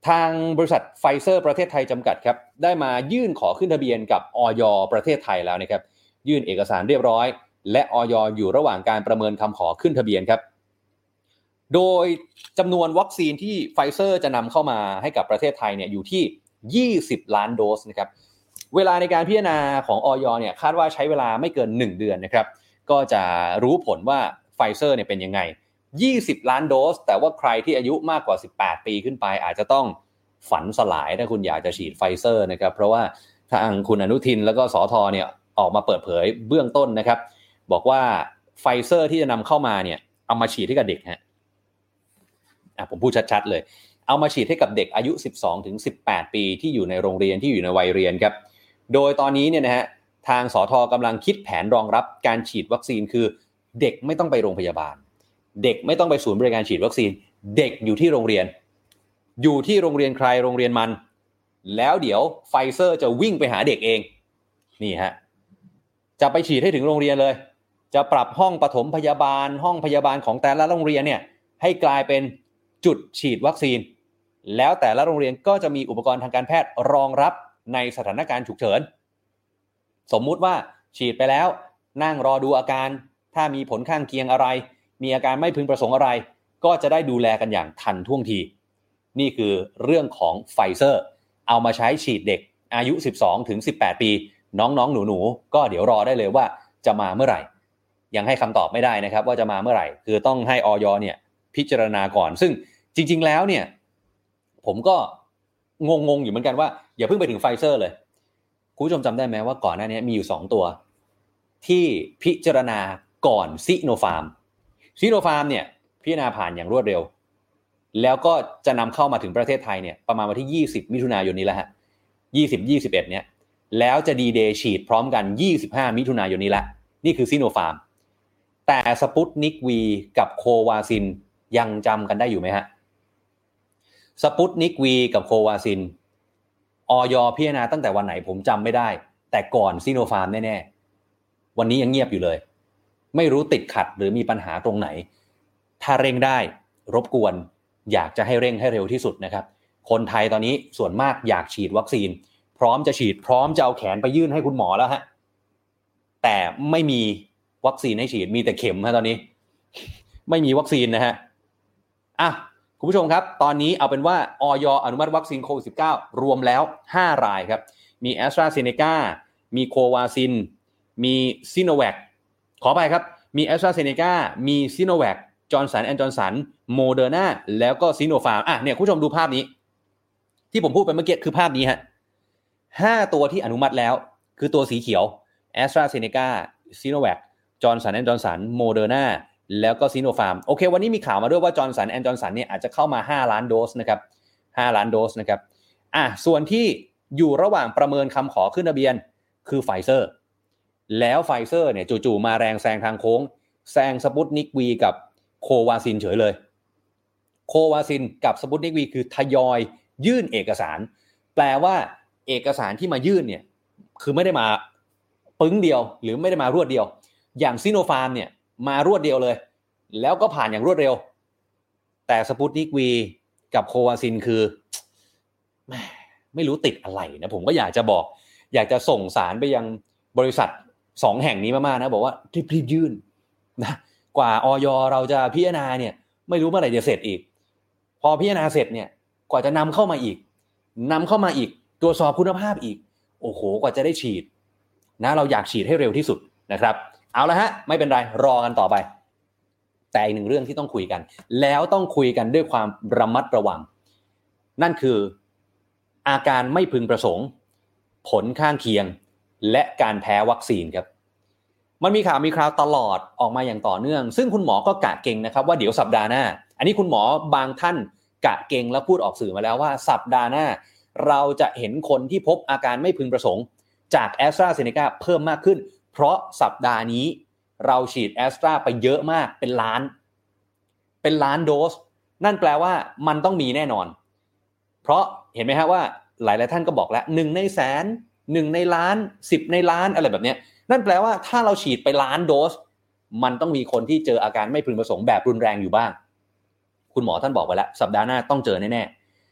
Speaker 2: ทางบริษัทไฟเซอร์ประเทศไทยจำกัดครับได้มายื่นขอขึ้นทะเบียนกับอย.ประเทศไทยแล้วนะครับยื่นเอกสารเรียบร้อยและอย.อยู่ระหว่างการประเมินคำขอขึ้นทะเบียนครับโดยจำนวนวัคซีนที่ไฟเซอร์จะนำเข้ามาให้กับประเทศไทยเนี่ยอยู่ที่ยี่สิบล้านโดสนะครับเวลาในการพิจารณาของอย.เนี่ยคาดว่าใช้เวลาไม่เกินหนึ่งเดือนนะครับก็จะรู้ผลว่าไฟเซอร์เนี่ยเป็นยังไงยี่สิบล้านโดสแต่ว่าใครที่อายุมากกว่าสิบแปดปีขึ้นไปอาจจะต้องฝันสลายถ้าคุณอยากจะฉีดไฟเซอร์นะครับเพราะว่าทางคุณอนุทินแล้วก็สธเนี่ยออกมาเปิดเผยเบื้องต้นนะครับบอกว่าไฟเซอร์ที่จะนำเข้ามาเนี่ยเอามาฉีดให้กับเด็กฮะอ่ะผมพูดชัดๆเลยเอามาฉีดให้กับเด็กอายุ สิบสองถึงสิบแปด ปีที่อยู่ในโรงเรียนที่อยู่ในวัยเรียนครับโดยตอนนี้เนี่ยนะฮะทางสธกำลังคิดแผนรองรับการฉีดวัคซีนคือเด็กไม่ต้องไปโรงพยาบาลเด็กไม่ต้องไปศูนย์บริการฉีดวัคซีนเด็กอยู่ที่โรงเรียนอยู่ที่โรงเรียนใครโรงเรียนมันแล้วเดี๋ยวไฟเซอร์จะวิ่งไปหาเด็กเองนี่ฮะจะไปฉีดให้ถึงโรงเรียนเลยจะปรับห้องปฐมพยาบาลห้องพยาบาลของแต่ละโรงเรียนเนี่ยให้กลายเป็นจุดฉีดวัคซีนแล้วแต่ละโรงเรียนก็จะมีอุปกรณ์ทางการแพทย์รองรับในสถานการณ์ฉุกเฉินสมมุติว่าฉีดไปแล้วนั่งรอดูอาการถ้ามีผลข้างเคียงอะไรมีอาการไม่พึงประสงค์อะไรก็จะได้ดูแลกันอย่างทันท่วงทีนี่คือเรื่องของไฟเซอร์เอามาใช้ฉีดเด็กอายุ สิบสองถึงสิบแปด ปีน้องๆหนูๆก็เดี๋ยวรอได้เลยว่าจะมาเมื่อไหร่ยังให้คำตอบไม่ได้นะครับว่าจะมาเมื่อไหร่คือต้องให้อย.เนี่ยพิจารณาก่อนซึ่งจริงๆแล้วเนี่ยผมก็งงๆอยู่เหมือนกันว่าอย่าเพิ่งไปถึงไฟเซอร์เลยคุณผู้ชมจำได้ไหมว่าก่อนหน้านี้มีอยู่สองตัวที่พิจารณาก่อนซิโนฟาร์มซิโนฟาร์มเนี่ยพิจารณาผ่านอย่างรวดเร็วแล้วก็จะนำเข้ามาถึงประเทศไทยเนี่ยประมาณวันที่ยี่สิบมิถุนายนนี้แล้วฮะยี่สิบ ยี่สิบเอ็ดเนี่ยแล้วจะดีเดย์ฉีดพร้อมกันยี่สิบห้ามิถุนายนนี้ละนี่คือซิโนฟาร์มแต่สปุตนิก V กับโควาซินยังจำกันได้อยู่ไหมฮะสปุตนิก V กับโควาซินอย.พิจารณาตั้งแต่วันไหนผมจำไม่ได้แต่ก่อนซิโนฟาร์มแน่ๆวันนี้ยังเงียบอยู่เลยไม่รู้ติดขัดหรือมีปัญหาตรงไหนถ้าเร่งได้รบกวนอยากจะให้เร่งให้เร็วที่สุดนะครับคนไทยตอนนี้ส่วนมากอยากฉีดวัคซีนพร้อมจะฉีดพร้อมจะเอาแขนไปยื่นให้คุณหมอแล้วฮะแต่ไม่มีวัคซีนให้ฉีดมีแต่เข็มฮะตอนนี้ไม่มีวัคซีนนะฮะอ่ะคุณผู้ชมครับตอนนี้เอาเป็นว่าอย.อนุมัติวัคซีนโควิด สิบเก้า รวมแล้วห้ารายครับมี AstraZeneca มีโควาซินมีซิโนแวคขอไปครับมี AstraZeneca มี Sinovac Johnson แอนด์ Johnson Moderna แล้วก็ Sinopharm อ่ะเนี่ยคุณผู้ชมดูภาพนี้ที่ผมพูดไปเมื่อกี้คือภาพนี้ฮะห้าตัวที่อนุมัติแล้วคือตัวสีเขียว AstraZeneca Sinovac Johnson แอนด์ Johnson Moderna แล้วก็ Sinopharm โอเควันนี้มีข่าวมาด้วยว่า Johnson แอนด์ Johnson เนี่ยอาจจะเข้ามาห้าล้านโดสนะครับห้าล้านโดสนะครับอ่ะส่วนที่อยู่ระหว่างประเมินคำขอขึ้นทะเบียนคือ Pfizerแล้วไฟเซอร์เนี่ยจู่ๆมาแรงแซงทางโค้งแซงสปุตนิก V กับโควาซินเฉยเลยโควาซินกับสปุตนิก V คือทยอยยื่นเอกสารแปลว่าเอกสารที่มายื่นเนี่ยคือไม่ได้มาปึ้งเดียวหรือไม่ได้มารวดเดียวอย่างซิโนฟาร์มเนี่ยมารวดเดียวเลยแล้วก็ผ่านอย่างรวดเร็วแต่สปุตนิก V กับโควาซินคือไม่รู้ติดอะไรนะผมก็อยากจะบอกอยากจะส่งสารไปยังบริษัทสองแห่งนี้มากๆนะบอกว่ารีบๆยื่นนะกว่าอย.เราจะพิจารณาเนี่ยไม่รู้เมื่อไหร่จะเสร็จอีกพอพิจารณาเสร็จเนี่ยกว่าจะนำเข้ามาอีกนำเข้ามาอีกตรวจสอบคุณภาพอีกโอ้โหกว่าจะได้ฉีดนะเราอยากฉีดให้เร็วที่สุดนะครับเอาละฮะไม่เป็นไรรอกันต่อไปแต่อีกหนึ่งเรื่องที่ต้องคุยกันแล้วต้องคุยกันด้วยความระมัดระวังนั่นคืออาการไม่พึงประสงค์ผลข้างเคียงและการแพ้วัคซีนครับมันมีข่าวมีคราวตลอดออกมาอย่างต่อเนื่องซึ่งคุณหมอก็กะเก่งนะครับว่าเดี๋ยวสัปดาห์หน้าอันนี้คุณหมอบางท่านกะเก่งและพูดออกสื่อมาแล้วว่าสัปดาห์หน้าเราจะเห็นคนที่พบอาการไม่พึงประสงค์จาก AstraZeneca เพิ่มมากขึ้นเพราะสัปดาห์นี้เราฉีด Astra ไปเยอะมากเป็นล้านเป็นล้านโดสนั่นแปลว่ามันต้องมีแน่นอนเพราะเห็นไหมฮะว่าหลายๆท่านก็บอกแล้วหนึ่งในแสนหนึ่งในล้านสิบในล้านอะไรแบบนี้นั่นแปลว่าถ้าเราฉีดไปล้านโดสมันต้องมีคนที่เจออาการไม่พึงประสงค์แบบรุนแรงอยู่บ้างคุณหมอท่านบอกไว้แล้วสัปดาห์หน้าต้องเจอแน่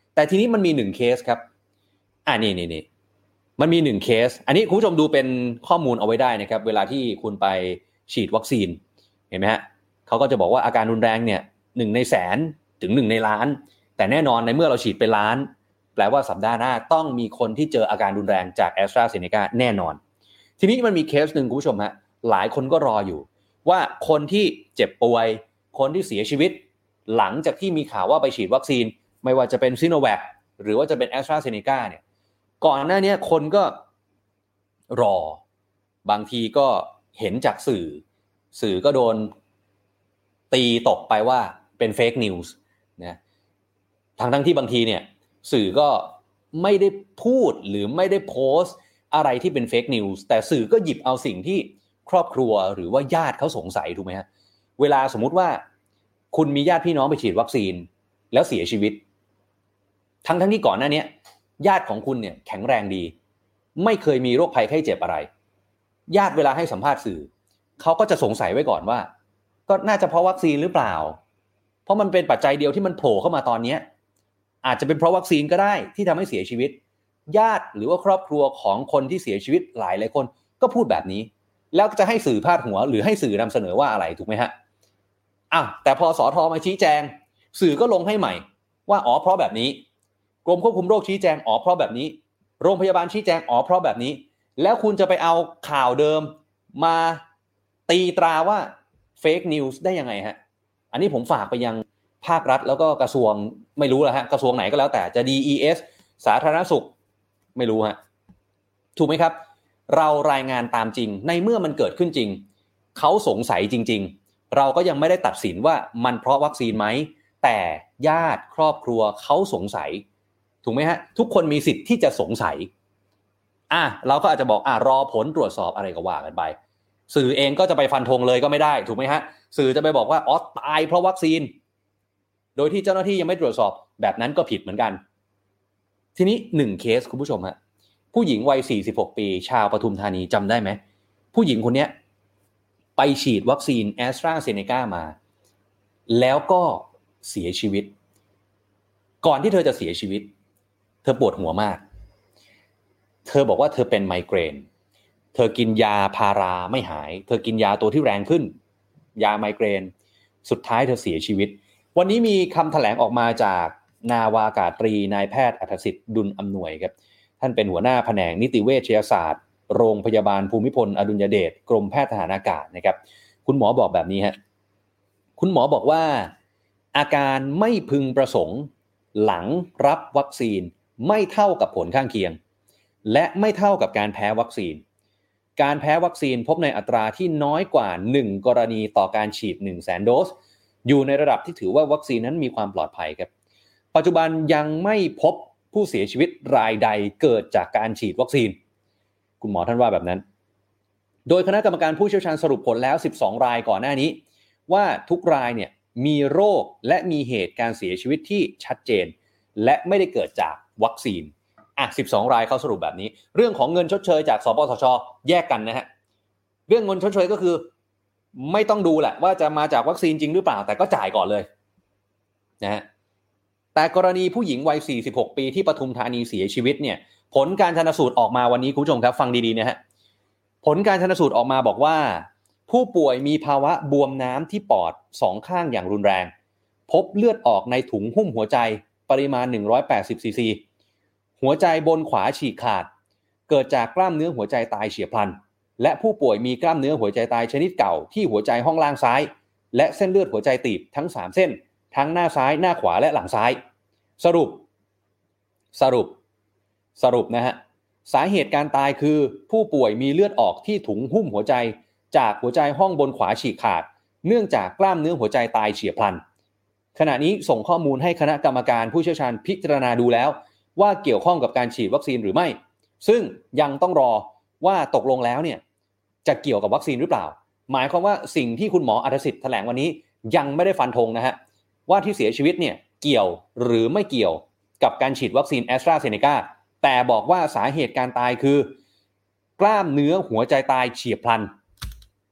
Speaker 2: แต่ทีนี้มันมีหนึ่งเคสครับอ่านี่ๆมันมีหนึ่งเคสอันนี้คุณผู้ชมดูเป็นข้อมูลเอาไว้ได้นะครับเวลาที่คุณไปฉีดวัคซีนเห็นไหมฮะเขาก็จะบอกว่าอาการรุนแรงเนี่ยหนึ่งในแสนถึงหนึ่งในล้านแต่แน่นอนในเมื่อเราฉีดไปล้านแปลว่าสัปดาห์หน้าต้องมีคนที่เจออาการรุนแรงจาก AstraZeneca แน่นอนทีนี้มันมีเคสนึงคุณผู้ชมฮะหลายคนก็รออยู่ว่าคนที่เจ็บป่วยคนที่เสียชีวิตหลังจากที่มีข่าวว่าไปฉีดวัคซีนไม่ว่าจะเป็นซิโนแวคหรือว่าจะเป็น AstraZeneca เนี่ยก่อนหน้านี้คนก็รอบางทีก็เห็นจากสื่อสื่อก็โดนตีตกไปว่าเป็นเฟคนิวส์นะทั้งทั้งที่บางทีเนี่ยสื่อก็ไม่ได้พูดหรือไม่ได้โพสต์อะไรที่เป็นเฟคนิวส์แต่สื่อก็หยิบเอาสิ่งที่ครอบครัวหรือว่าญาติเขาสงสัยถูกไหมฮะเวลาสมมุติว่าคุณมีญาติพี่น้องไปฉีดวัคซีนแล้วเสียชีวิตทั้งทั้งที่ก่อนหน้านี้ญาติของคุณเนี่ยแข็งแรงดีไม่เคยมีโรคภัยไข้เจ็บอะไรญาติเวลาให้สัมภาษณ์สื่อเขาก็จะสงสัยไว้ก่อนว่าก็น่าจะเพราะวัคซีนหรือเปล่าเพราะมันเป็นปัจจัยเดียวที่มันโผล่เข้ามาตอนนี้อาจจะเป็นเพราะวัคซีนก็ได้ที่ทำให้เสียชีวิตญาติหรือว่าครอบครัวของคนที่เสียชีวิตหลายหลายคนก็พูดแบบนี้แล้วจะให้สื่อพาดหัวหรือให้สื่อนำเสนอว่าอะไรถูกไหมฮะอ้าวแต่พอสทมาชี้แจงสื่อก็ลงให้ใหม่ว่าอ๋อเพราะแบบนี้กรมควบคุมโรคชี้แจงอ๋อเพราะแบบนี้โรงพยาบาลชี้แจงอ๋อเพราะแบบนี้แล้วคุณจะไปเอาข่าวเดิมมาตีตราว่าเฟคนิวส์ได้ยังไงฮะอันนี้ผมฝากไปยังภาครัฐแล้วก็กระทรวงไม่รู้ละฮะกระทรวงไหนก็แล้วแต่จะ ดี อี เอส สาธารณสุขไม่รู้ฮะถูกไหมครับเรารายงานตามจริงในเมื่อมันเกิดขึ้นจริงเขาสงสัยจริงๆเราก็ยังไม่ได้ตัดสินว่ามันเพราะวัคซีนไหมแต่ญาติครอบครัวเขาสงสัยถูกไหมฮะทุกคนมีสิทธิ์ที่จะสงสัยอ่ะเราก็อาจจะบอกอ่ะรอผลตรวจสอบอะไรก็ว่ากันไปสื่อเองก็จะไปฟันธงเลยก็ไม่ได้ถูกไหมฮะสื่อจะไปบอกว่าอ๋อตายเพราะวัคซีนโดยที่เจ้าหน้าที่ยังไม่ตรวจสอบแบบนั้นก็ผิดเหมือนกันทีนี้หนึ่งเคสคุณผู้ชมฮะผู้หญิงวัยสี่สิบหกปีชาวปทุมธานีจำได้ไหมผู้หญิงคนนี้ไปฉีดวัคซีน AstraZeneca มาแล้วก็เสียชีวิตก่อนที่เธอจะเสียชีวิตเธอปวดหัวมากเธอบอกว่าเธอเป็นไมเกรนเธอกินยาพาราไม่หายเธอกินยาตัวที่แรงขึ้นยาไมเกรนสุดท้ายเธอเสียชีวิตวันนี้มีคำแถลงออกมาจากนาวากาตรีนายแพทย์อัธสิทธิ์ดุลอำนวยครับท่านเป็นหัวหน้าแผนกนิติเวชศาสตร์โรงพยาบาลภูมิพลอดุลยเดชกรมแพทย์ทหารอากาศนะครับคุณหมอบอกแบบนี้ฮะคุณหมอบอกว่าอาการไม่พึงประสงค์หลังรับวัคซีนไม่เท่ากับผลข้างเคียงและไม่เท่ากับการแพ้วัคซีนการแพ้วัคซีนพบในอัตราที่น้อยกว่าหนึ่งกรณีต่อการฉีด หนึ่งแสน โดสอยู่ในระดับที่ถือว่าวัคซีนนั้นมีความปลอดภัยครับปัจจุบันยังไม่พบผู้เสียชีวิตรายใดเกิดจากการฉีดวัคซีนคุณหมอท่านว่าแบบนั้นโดยคณะกรรมการผู้เชี่ยวชาญสรุปผลแล้วสิบสองรายก่อนหน้านี้ว่าทุกรายเนี่ยมีโรคและมีเหตุการเสียชีวิตที่ชัดเจนและไม่ได้เกิดจากวัคซีนอ่ะสิบสองรายเขาสรุปแบบนี้เรื่องของเงินชดเชยจากสปสช.แยกกันนะฮะเรื่องเงินชดเชยก็คือไม่ต้องดูแหละว่าจะมาจากวัคซีนจริงหรือเปล่าแต่ก็จ่ายก่อนเลยนะฮะแต่กรณีผู้หญิงวัยสี่สิบหกปีที่ปทุมธานีเสียชีวิตเนี่ยผลการชันสูตรออกมาวันนี้คุณผู้ชมครับฟังดีๆนะฮะผลการชันสูตรออกมาบอกว่าผู้ป่วยมีภาวะบวมน้ำที่ปอดสองข้างอย่างรุนแรงพบเลือดออกในถุงหุ้มหัวใจปริมาณหนึ่งร้อยแปดสิบซีซีหัวใจบนขวาฉีกขาดเกิดจากกล้ามเนื้อหัวใจตายเฉียบพลันและผู้ป่วยมีกล้ามเนื้อหัวใจตายชนิดเก่าที่หัวใจห้องล่างซ้ายและเส้นเลือดหัวใจตีบทั้งสามเส้นทั้งหน้าซ้ายหน้าขวาและหลังซ้ายสรุปสรุปสรุปนะฮะสาเหตุการตายคือผู้ป่วยมีเลือดออกที่ถุงหุ้มหัวใจจากหัวใจห้องบนขวาฉีกขาดเนื่องจากกล้ามเนื้อหัวใจตายเฉียบพลันขณะนี้ส่งข้อมูลให้คณะกรรมการผู้เชี่ยวชาญพิจารณาดูแล้วว่าเกี่ยวข้องกับการฉีดวัคซีนหรือไม่ซึ่งยังต้องรอว่าตกลงแล้วเนี่ยจะเกี่ยวกับวัคซีนหรือเปล่าหมายความว่าสิ่งที่คุณหมออัธสิทธิ์แถลงวันนี้ยังไม่ได้ฟันธงนะฮะว่าที่เสียชีวิตเนี่ยเกี่ยวหรือไม่เกี่ยวกับการฉีดวัคซีน AstraZeneca แต่บอกว่าสาเหตุการตายคือกล้ามเนื้อหัวใจตายเฉียบพลัน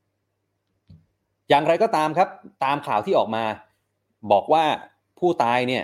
Speaker 2: อย่างไรก็ตามครับตามข่าวที่ออกมาบอกว่าผู้ตายเนี่ย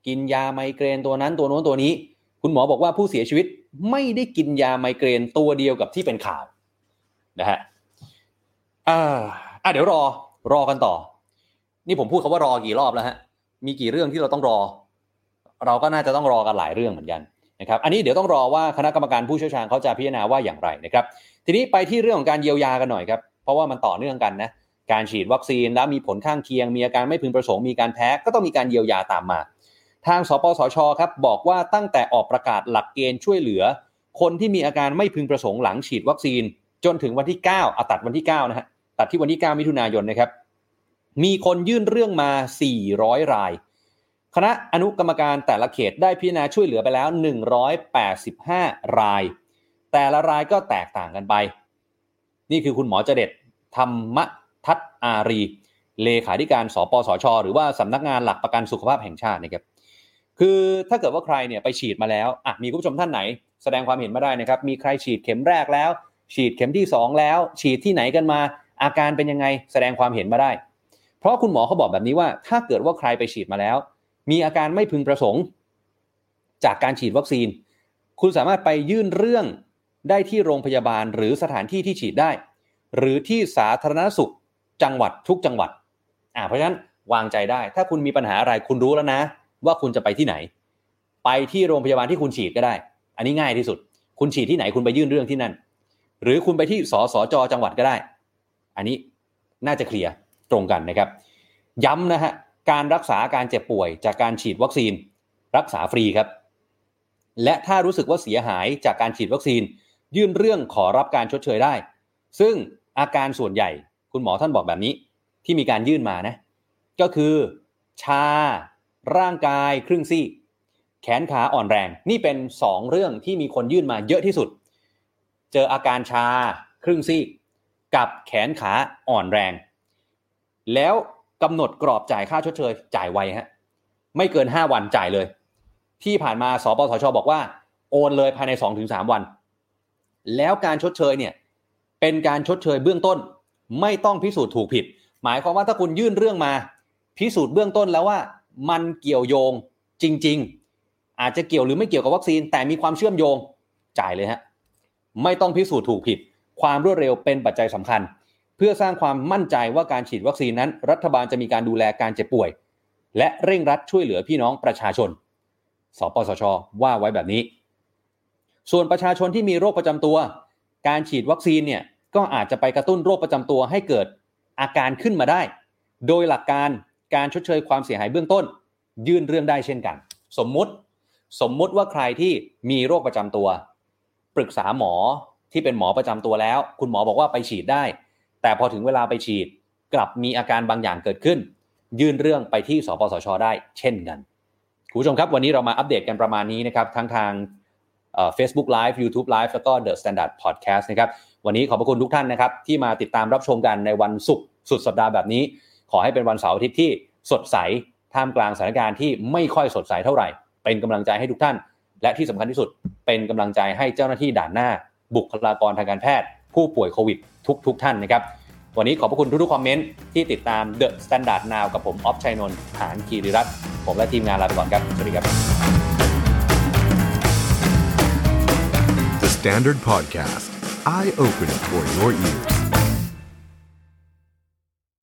Speaker 2: กินยาไมเกรนตัวนั้นตัวโน้นตัวนี้คุณหมอบอกว่าผู้เสียชีวิตไม่ได้กินยาไมเกรนตัวเดียวกับที่เป็นข่าวนะฮะอ่าอ่ะเดี๋ยวรอรอกันต่อนี่ผมพูดคำว่ารอกี่รอบแล้วฮะมีกี่เรื่องที่เราต้องรอเราก็น่าจะต้องรอกันหลายเรื่องเหมือนกันนะครับอันนี้เดี๋ยวต้องรอว่าคณะกรรมการผู้เชี่ยวชาญเขาจะพิจารณาว่าอย่างไรนะครับทีนี้ไปที่เรื่องของการเยียวยากันหน่อยครับเพราะว่ามันต่อเนื่องกันนะการฉีดวัคซีนแล้วมีผลข้างเคียงมีอาการไม่พึงประสงค์มีการแพ้ก็ต้องมีการเยียวยาตามมาทางสปสชครับบอกว่าตั้งแต่ออกประกาศหลักเกณฑ์ช่วยเหลือคนที่มีอาการไม่พึงประสงค์หลังฉีดวัคซีนจนถึงวันที่เก้าอ่ะตัดวันที่เก้านะฮะตัดที่วันที่เก้ามิถุนายนนะครับมีคนยื่นเรื่องมาสี่ร้อยรายคณะอนุกรรมการแต่ละเขตได้พิจารณาช่วยเหลือไปแล้วหนึ่งร้อยแปดสิบห้ารายแต่ละรายก็แตกต่างกันไปนี่คือคุณหมอจเด็ดธรรมทัศน์อารีเลขาธิการสปสชหรือว่าสำนักงานหลักประกันสุขภาพแห่งชาตินะครับคือถ้าเกิดว่าใครเนี่ยไปฉีดมาแล้วอ่ะมีคุณผู้ชมท่านไหนแสดงความเห็นมาได้นะครับมีใครฉีดเข็มแรกแล้วฉีดเข็มที่สองแล้วฉีดที่ไหนกันมาอาการเป็นยังไงแสดงความเห็นมาได้เพราะคุณหมอเขาบอกแบบนี้ว่าถ้าเกิดว่าใครไปฉีดมาแล้วมีอาการไม่พึงประสงค์จากการฉีดวัคซีนคุณสามารถไปยื่นเรื่องได้ที่โรงพยาบาลหรือสถานที่ที่ฉีดได้หรือที่สาธารณสุขจังหวัดทุกจังหวัดอ่าเพราะฉะนั้นวางใจได้ถ้าคุณมีปัญหาอะไรคุณรู้แล้วนะว่าคุณจะไปที่ไหนไปที่โรงพยาบาลที่คุณฉีดก็ได้อันนี้ง่ายที่สุดคุณฉีดที่ไหนคุณไปยื่นเรื่องที่นั่นหรือคุณไปที่สสจจังหวัดก็ได้อันนี้น่าจะเคลียร์ตรงกันนะครับย้ำนะฮะการรักษาอาการเจ็บป่วยจากการฉีดวัคซีนรักษาฟรีครับและถ้ารู้สึกว่าเสียหายจากการฉีดวัคซีนยื่นเรื่องขอรับการชดเชยได้ซึ่งอาการส่วนใหญ่คุณหมอท่านบอกแบบนี้ที่มีการยื่นมานะก็คือชาร่างกายครึ่งซีกแขนขาอ่อนแรงนี่เป็นสองเรื่องที่มีคนยื่นมาเยอะที่สุดเจออาการชาครึ่งซีกกับแขนขาอ่อนแรงแล้วกำหนดกรอบจ่ายค่าชดเชยจ่ายไวฮะไม่เกินห้าวันจ่ายเลยที่ผ่านมาสปสชบอกว่าโอนเลยภายใน สองถึงสาม วันแล้วการชดเชยเนี่ยเป็นการชดเชยเบื้องต้นไม่ต้องพิสูจน์ถูกผิดหมายความว่าถ้าคุณยื่นเรื่องมาพิสูจน์เบื้องต้นแล้วว่ามันเกี่ยวโยงจริงๆอาจจะเกี่ยวหรือไม่เกี่ยวกับวัคซีนแต่มีความเชื่อมโยงจ่ายเลยฮะไม่ต้องพิสูจน์ถูกผิดความรวดเร็วเป็นปัจจัยสำคัญเพื่อสร้างความมั่นใจว่าการฉีดวัคซีนนั้นรัฐบาลจะมีการดูแลการเจ็บป่วยและเร่งรัดช่วยเหลือพี่น้องประชาชนสปสชว่าไว้แบบนี้ส่วนประชาชนที่มีโรคประจำตัวการฉีดวัคซีนเนี่ยก็อาจจะไปกระตุ้นโรคประจำตัวให้เกิดอาการขึ้นมาได้โดยหลักการการชดเชยความเสียหายเบื้องต้นยื่นเรื่องได้เช่นกันสมมุติสมมุติว่าใครที่มีโรคประจำตัวปรึกษาหมอที่เป็นหมอประจำตัวแล้วคุณหมอบอกว่าไปฉีดได้แต่พอถึงเวลาไปฉีดกลับมีอาการบางอย่างเกิดขึ้นยื่นเรื่องไปที่สปสชได้เช่นกันคุณผู้ชมครับวันนี้เรามาอัปเดตกันประมาณนี้นะครับทั้งทางเอ่อ Facebook Live YouTube Live แล้วก็ The Standard Podcast นะครับวันนี้ขอบพระคุณทุกท่านนะครับที่มาติดตามรับชมกันในวันศุกร์สุดสัปดาห์แบบนี้ขอให้เป็นวันเสาร์อาทิตย์ที่สดใสท่ามกลางสถานการณ์ที่ไม่ค่อยสดใสเท่าไหร่เป็นกำลังใจให้ทุกท่านและที่สำคัญที่สุดเป็นกำลังใจให้เจ้าหน้าที่ด่านหน้าบุคลากรทางการแพทย์ผู้ป่วยโควิดทุกๆท่านนะครับวันนี้ขอบพระคุณทุกๆคอมเมนต์ที่ติดตาม The Standard Now กับผมอ๊อฟชัยนนท์หานคีรีรัตน์ผมและทีมงานลาไปก่อนครับสวัสดีครับ
Speaker 1: The Standard Podcast Eye Open for Your Ears